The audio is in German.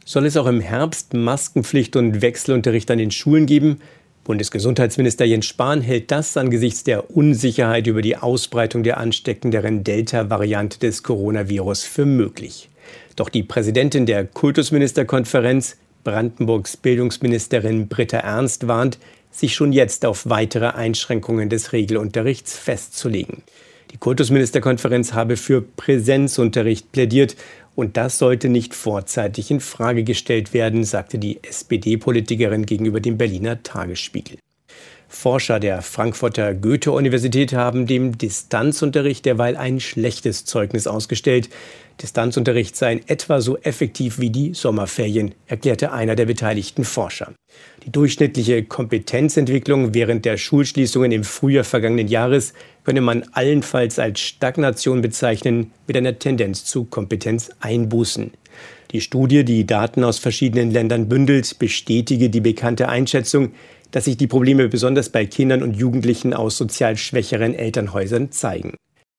Soll es auch im Herbst Maskenpflicht und Wechselunterricht an den Schulen geben? Bundesgesundheitsminister Jens Spahn hält das angesichts der Unsicherheit über die Ausbreitung der ansteckenderen Delta-Variante des Coronavirus für möglich. Doch die Präsidentin der Kultusministerkonferenz, Brandenburgs Bildungsministerin Britta Ernst, warnt, sich schon jetzt auf weitere Einschränkungen des Regelunterrichts festzulegen. Die Kultusministerkonferenz habe für Präsenzunterricht plädiert und das sollte nicht vorzeitig in Frage gestellt werden, sagte die SPD-Politikerin gegenüber dem Berliner Tagesspiegel. Forscher der Frankfurter Goethe-Universität haben dem Distanzunterricht derweil ein schlechtes Zeugnis ausgestellt. Distanzunterricht sei in etwa so effektiv wie die Sommerferien, erklärte einer der beteiligten Forscher. Die durchschnittliche Kompetenzentwicklung während der Schulschließungen im Frühjahr vergangenen Jahres könne man allenfalls als Stagnation bezeichnen, mit einer Tendenz zu Kompetenzeinbußen. Die Studie, die Daten aus verschiedenen Ländern bündelt, bestätige die bekannte Einschätzung, dass sich die Probleme besonders bei Kindern und Jugendlichen aus sozial schwächeren Elternhäusern zeigen.